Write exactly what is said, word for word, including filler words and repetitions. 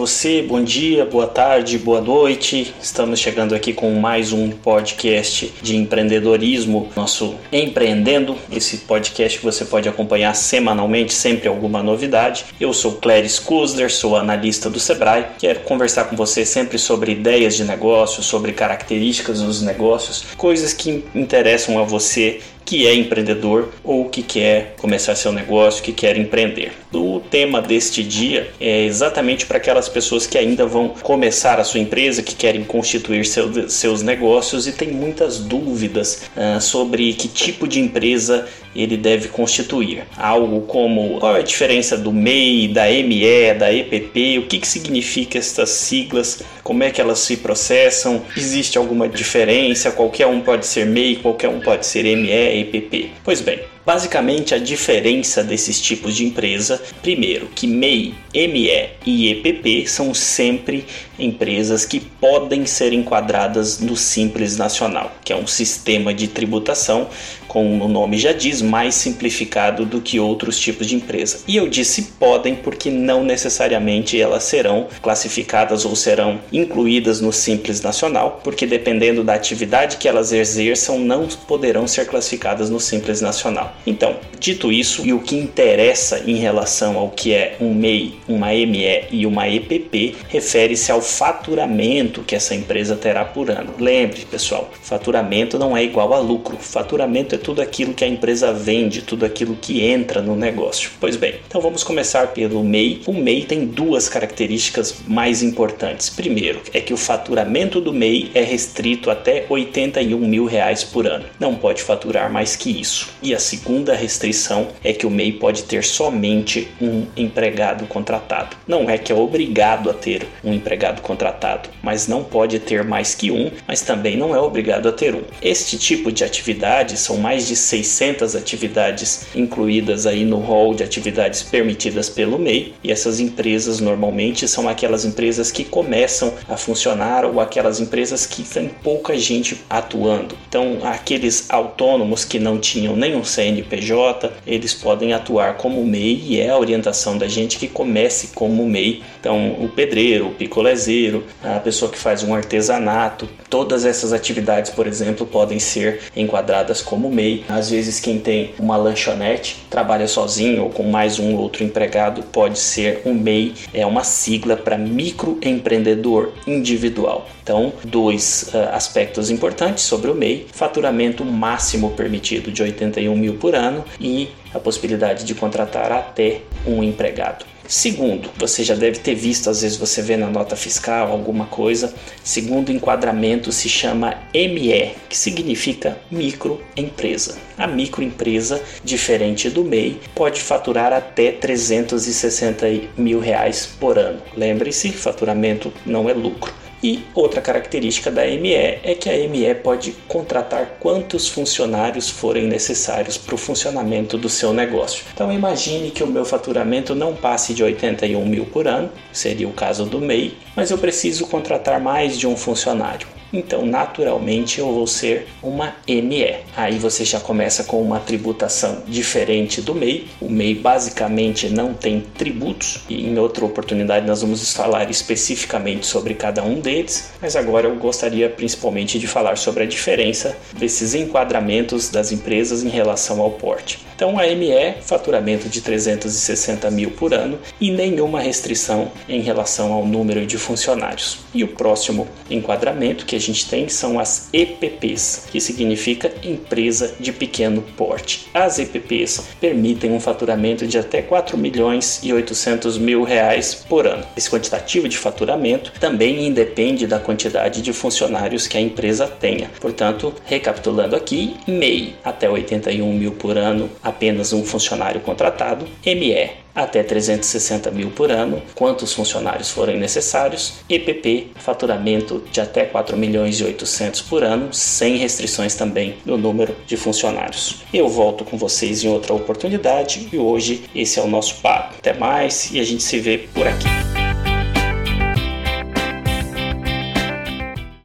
você, bom dia, boa tarde, boa noite. Estamos chegando aqui com mais um podcast de empreendedorismo, nosso Empreendendo. Esse podcast que você pode acompanhar semanalmente, sempre alguma novidade. Eu sou Cléris Kusler, sou analista do Sebrae. Quero conversar com você sempre sobre ideias de negócio, sobre características dos negócios, coisas que interessam a você que é empreendedor ou que quer começar seu negócio, que quer empreender. O tema deste dia é exatamente para aquelas pessoas que ainda vão começar a sua empresa, que querem constituir seu, seus negócios e tem muitas dúvidas uh, sobre que tipo de empresa ele deve constituir. Algo como qual é a diferença do M E I, da M E, da E P P, o que, que significa estas siglas, como é que elas se processam, existe alguma diferença, qualquer um pode ser M E I, qualquer um pode ser M E, E P P. Pois bem, basicamente a diferença desses tipos de empresa, primeiro que M E I, M E e E P P são sempre empresas que podem ser enquadradas no Simples Nacional, que é um sistema de tributação, como o nome já diz, mais simplificado do que outros tipos de empresa. E eu disse podem porque não necessariamente elas serão classificadas ou serão incluídas no Simples Nacional, porque dependendo da atividade que elas exerçam, não poderão ser classificadas no Simples Nacional. Então, dito isso, e o que interessa em relação ao que é um M E I, uma M E e uma E P P, refere-se ao faturamento que essa empresa terá por ano. Lembre, pessoal, faturamento não é igual a lucro. Faturamento é tudo aquilo que a empresa vende, tudo aquilo que entra no negócio. Pois bem, então vamos começar pelo M E I. O M E I tem duas características mais importantes. Primeiro, é que o faturamento do M E I é restrito até oitenta e um mil reais por ano. Não pode faturar mais que isso. E a segunda restrição é que o M E I pode ter somente um empregado contratado. Não é que é obrigado a ter um empregado contratado, mas não pode ter mais que um, mas também não é obrigado a ter um. Este tipo de atividade são mais de seiscentas atividades incluídas aí no rol de atividades permitidas pelo M E I, e essas empresas normalmente são aquelas empresas que começam a funcionar ou aquelas empresas que tem pouca gente atuando. Então, aqueles autônomos que não tinham nenhum C N P J, eles podem atuar como M E I e é a orientação da gente que comece como M E I. Então, o pedreiro, o picolezeiro, a pessoa que faz um artesanato, todas essas atividades, por exemplo, podem ser enquadradas como M E I. Às vezes quem tem uma lanchonete, trabalha sozinho ou com mais um outro empregado, pode ser um M E I, é uma sigla para microempreendedor individual. Então, dois uh, aspectos importantes sobre o M E I: faturamento máximo permitido de oitenta e um mil por ano e a possibilidade de contratar até um empregado. Segundo, você já deve ter visto, às vezes você vê na nota fiscal alguma coisa, segundo enquadramento se chama M E, que significa microempresa. A microempresa, diferente do M E I, pode faturar até trezentos e sessenta mil reais por ano. Lembre-se, faturamento não é lucro. E outra característica da M E é que a M E pode contratar quantos funcionários forem necessários para o funcionamento do seu negócio. Então imagine que o meu faturamento não passe de oitenta e um mil por ano, seria o caso do M E I, mas eu preciso contratar mais de um funcionário. Então, naturalmente, eu vou ser uma M E. Aí você já começa com uma tributação diferente do M E I. O M E I basicamente não tem tributos e em outra oportunidade nós vamos falar especificamente sobre cada um deles, mas agora eu gostaria principalmente de falar sobre a diferença desses enquadramentos das empresas em relação ao porte. Então, a M E, faturamento de trezentos e sessenta mil por ano e nenhuma restrição em relação ao número de funcionários. E o próximo enquadramento que a gente tem são as E P Ps, que significa empresa de pequeno porte. As E P Ps permitem um faturamento de até quatro milhões e oitocentos mil reais por ano. Esse quantitativo de faturamento também independe da quantidade de funcionários que a empresa tenha. Portanto, recapitulando aqui, M E I até oitenta e um mil por ano, apenas um funcionário contratado. M E até trezentos e sessenta mil por ano, quantos funcionários forem necessários. E P P, faturamento de até quatro milhões e oitocentos por ano, sem restrições também no número de funcionários. Eu volto com vocês em outra oportunidade e hoje esse é o nosso papo. Até mais e a gente se vê por aqui.